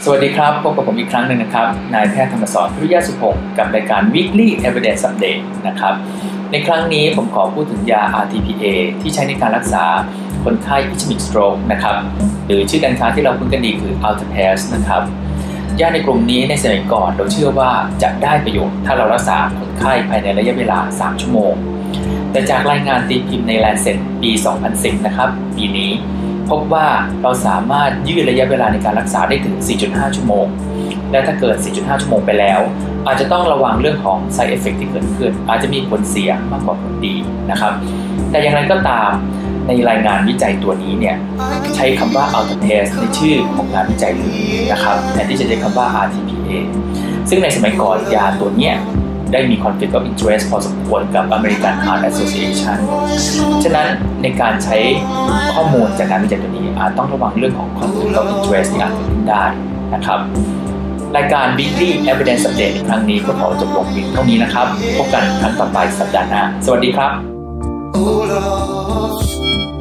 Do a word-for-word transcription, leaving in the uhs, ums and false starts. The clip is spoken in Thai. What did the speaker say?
สวัสดีครับพบกับผมอีกครั้งหนึ่งนะครับนายแพทย์ธรรมศร พิริยสุพงศ์กับรายการ Weekly Evidence Update นะครับในครั้งนี้ผมขอพูดถึงยา อาร์ ที พี เอ ที่ใช้ในการรักษาคนไข้ Ischemic Stroke นะครับหรือชื่อการค้าที่เราคุ้นกันดีคือ Alteplase นะครับยาในกลุ่มนี้ในสมัยก่อนเราเชื่อว่าจะได้ประโยชน์ถ้าเรารักษาคนไข้ภายในระยะเวลาสามชั่วโมงแต่จากรายงานตีพิมพ์ใน Lancet ปี สองพันสิบ นะครับปีนี้พบว่าเราสามารถยืดระยะเวลาในการรักษาได้ถึง สี่จุดห้า ชั่วโมงและถ้าเกิด สี่จุดห้า ชั่วโมงไปแล้วอาจจะต้องระวังเรื่องของ side effect ที่เกิดขึ้นอาจจะมีผลเสียมากกว่าผลดีนะครับแต่อย่างไรก็ตามในรายงานวิจัยตัวนี้เนี่ยใช้คำว่า Alteplase ในชื่อของงานวิจัยเลยนะครับแทนที่จะใช้คำว่า อาร์ ที พี เอ ซึ่งในสมัยก่อนยาตัวเนี้ยได้มี conflict of interest พอสมควรกับ American Heart Association ฉะนั้นในการใช้ข้อมูลจากงานวิจัยตัวนี้อาจต้องระวังเรื่องของ conflict of interest ที่อาจจะเกิดขึ้นได้นะครับรายการ Weekly Evidence Update ในครั้งนี้ก็ขอจบลงเพียงเท่านี้นะครับพบกันครั้งต่อไปสัปดาห์หน้าสวัสดีครับ